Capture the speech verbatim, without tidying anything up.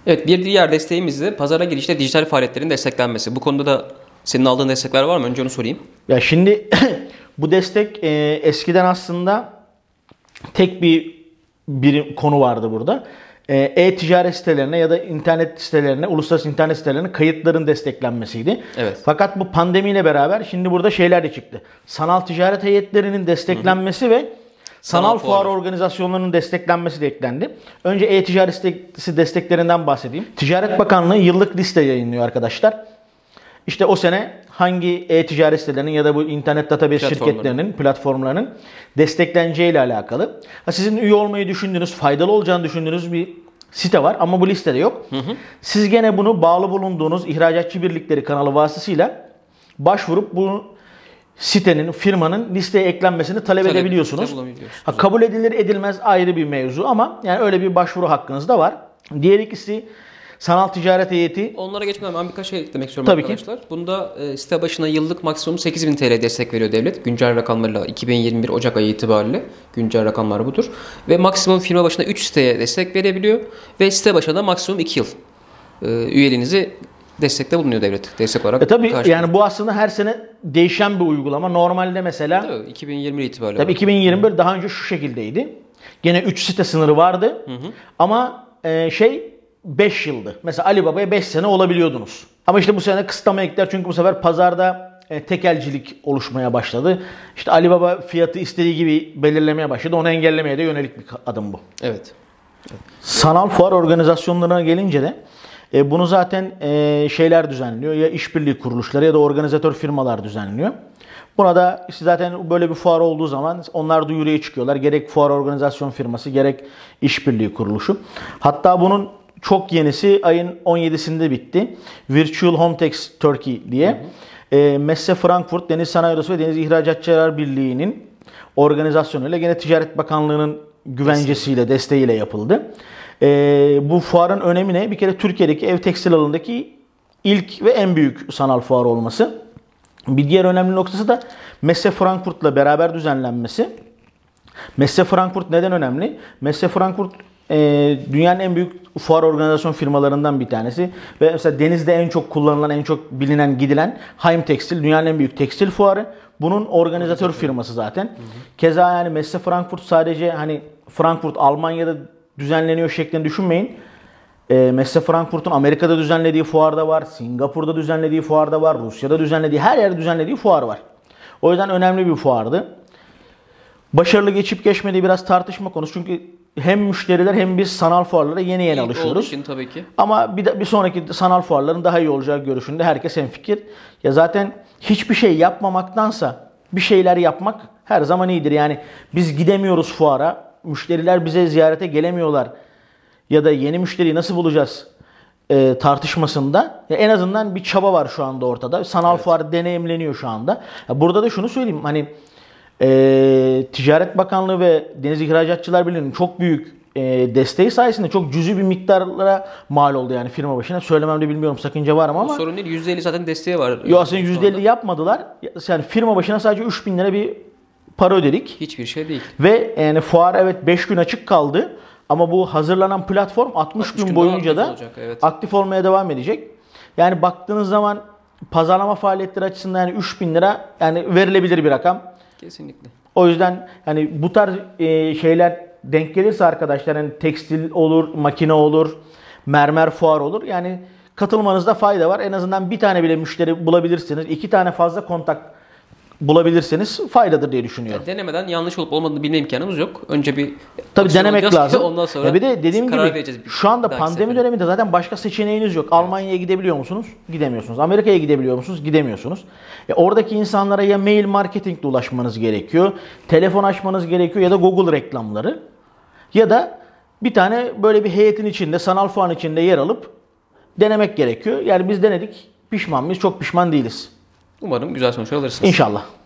Evet, bir diğer desteğimiz de pazara girişte dijital faaliyetlerin desteklenmesi. Bu konuda da senin aldığın destekler var mı? Önce onu sorayım. Ya şimdi bu destek e, eskiden aslında tek bir bir konu vardı burada. E, E-ticaret sitelerine ya da internet sitelerine, uluslararası internet sitelerine kayıtların desteklenmesiydi. Evet. Fakat bu pandemiyle beraber şimdi burada şeyler de çıktı. Sanal ticaret heyetlerinin desteklenmesi, hı hı, ve sanal, sanal fuar organizasyonlarının desteklenmesi de eklendi. Önce e-ticaret sitesi desteklerinden bahsedeyim. Ticaret Bakanlığı yıllık liste yayınlıyor arkadaşlar. İşte o sene hangi e-ticaret sitelerinin ya da bu internet database şirketlerinin, platformlarının destekleneceği ile alakalı. Ha, sizin üye olmayı düşündüğünüz, faydalı olacağını düşündüğünüz bir site var ama bu listede yok. Hı hı. Siz gene bunu bağlı bulunduğunuz ihracatçı birlikleri kanalı vasıtasıyla başvurup bu sitenin, firmanın listeye eklenmesini talep, talep edebiliyorsunuz. Ha, kabul edilir edilmez ayrı bir mevzu ama yani öyle bir başvuru hakkınız da var. Diğer ikisi sanal ticaret heyeti. Onlara geçmeden ben birkaç şey eklemek istiyorum Tabii arkadaşlar. Ki. Bunda e, site başına yıllık maksimum sekiz bin T L destek veriyor devlet. Güncel rakamlarla iki bin yirmi bir Ocak ayı itibariyle güncel rakamlar budur. Ve maksimum firma başına üç siteye destek verebiliyor. Ve site başına da maksimum iki yıl e, üyeliğinizi destekte bulunuyor devlet. Destek olarak. E tabii karşılıyor. Yani bu aslında her sene değişen bir uygulama. Normalde mesela tabii, iki bin yirmi itibariyle. Tabii iki bin yirmi bir daha önce şu şekildeydi. Gene üç site sınırı vardı. Hı hı. Ama e, şey beş yıldı. Mesela Ali Baba'ya beş sene olabiliyordunuz. Ama işte bu sene kısıtlama ekler çünkü bu sefer pazarda e, tekelcilik oluşmaya başladı. İşte Ali Baba fiyatı istediği gibi belirlemeye başladı. Onu engellemeye de yönelik bir adım bu. Evet. evet. Sanal fuar organizasyonlarına gelince de e, bunu zaten e, şeyler düzenliyor. Ya işbirliği kuruluşları ya da organizatör firmalar düzenliyor. Buna da işte zaten böyle bir fuar olduğu zaman onlar duyuruya çıkıyorlar. Gerek fuar organizasyon firması gerek işbirliği kuruluşu. Hatta bunun çok yenisi ayın on yedisinde bitti. Virtual Hometex Turkey diye. Hı hı. E, Messe Frankfurt Deniz Sanayi Odası ve Deniz İhracatçılar Birliği'nin organizasyonuyla gene Ticaret Bakanlığı'nın güvencesiyle, desteğiyle yapıldı. E, bu fuarın önemi ne? Bir kere Türkiye'deki ev tekstil alanındaki ilk ve en büyük sanal fuar olması. Bir diğer önemli noktası da Messe Frankfurt'la beraber düzenlenmesi. Messe Frankfurt neden önemli? Messe Frankfurt e, dünyanın en büyük fuar organizasyon firmalarından bir tanesi. Ve mesela denizde en çok kullanılan, en çok bilinen, gidilen Haim Tekstil dünyanın en büyük tekstil fuarı. Bunun organizatör firması zaten. Hı hı. Keza yani Messe Frankfurt sadece hani Frankfurt Almanya'da düzenleniyor şeklinde düşünmeyin. E, Messe Frankfurt'un Amerika'da düzenlediği fuarda var, Singapur'da düzenlediği fuarda var, Rusya'da düzenlediği, her yerde düzenlediği fuar var. O yüzden önemli bir fuardı. Başarılı geçip geçmediği biraz tartışma konusu çünkü hem müşteriler hem biz sanal fuarlara yeni yeni İlk alışıyoruz. Için tabii ki. Ama bir, de, bir sonraki sanal fuarların daha iyi olacağı görüşünde herkes hemfikir. Ya zaten hiçbir şey yapmamaktansa bir şeyler yapmak her zaman iyidir. Yani biz gidemiyoruz fuara, müşteriler bize ziyarete gelemiyorlar. Ya da yeni müşteriyi nasıl bulacağız e, tartışmasında ya en azından bir çaba var şu anda ortada. Sanal evet. fuar deneyimleniyor şu anda. Ya burada da şunu söyleyeyim hani e, Ticaret Bakanlığı ve Deniz İhracatçılar Birliği'nin çok büyük e, desteği sayesinde çok cüzi bir miktarlara mal oldu yani firma başına. Söylememde bilmiyorum sakınca var mı ama. Sorun değil, yüzde elli zaten desteği var. Yok aslında yüzde elli yapmadılar. Yani firma başına sadece üç bin lira bir para ödedik. Hiçbir şey değil. Ve yani fuar evet beş gün açık kaldı. Ama bu hazırlanan platform altmış gün boyunca da olacak, evet. aktif olmaya devam edecek. Yani baktığınız zaman pazarlama faaliyetleri açısından yani üç bin lira yani verilebilir bir rakam. Kesinlikle. O yüzden hani bu tarz e, şeyler denk gelirse arkadaşlar hani tekstil olur, makine olur, mermer fuar olur. Yani katılmanızda fayda var. En azından bir tane bile müşteri bulabilirsiniz. iki tane fazla kontak bulabilirseniz faydadır diye düşünüyorum. Yani denemeden yanlış olup olmadığını bilme imkanımız yok. Önce bir tabii denemek lazım. Ondan sonra ya bir de dediğim gibi şu anda pandemi sefere. döneminde zaten başka seçeneğiniz yok. Evet. Almanya'ya gidebiliyor musunuz? Gidemiyorsunuz. Amerika'ya gidebiliyor musunuz? Gidemiyorsunuz. E oradaki insanlara ya mail marketingle ulaşmanız gerekiyor, telefon açmanız gerekiyor ya da Google reklamları ya da bir tane böyle bir heyetin içinde, sanal fuarın içinde yer alıp denemek gerekiyor. Yani biz denedik. Pişman mıyız? Çok pişman değiliz. Umarım güzel sonuçlar alırsınız. İnşallah.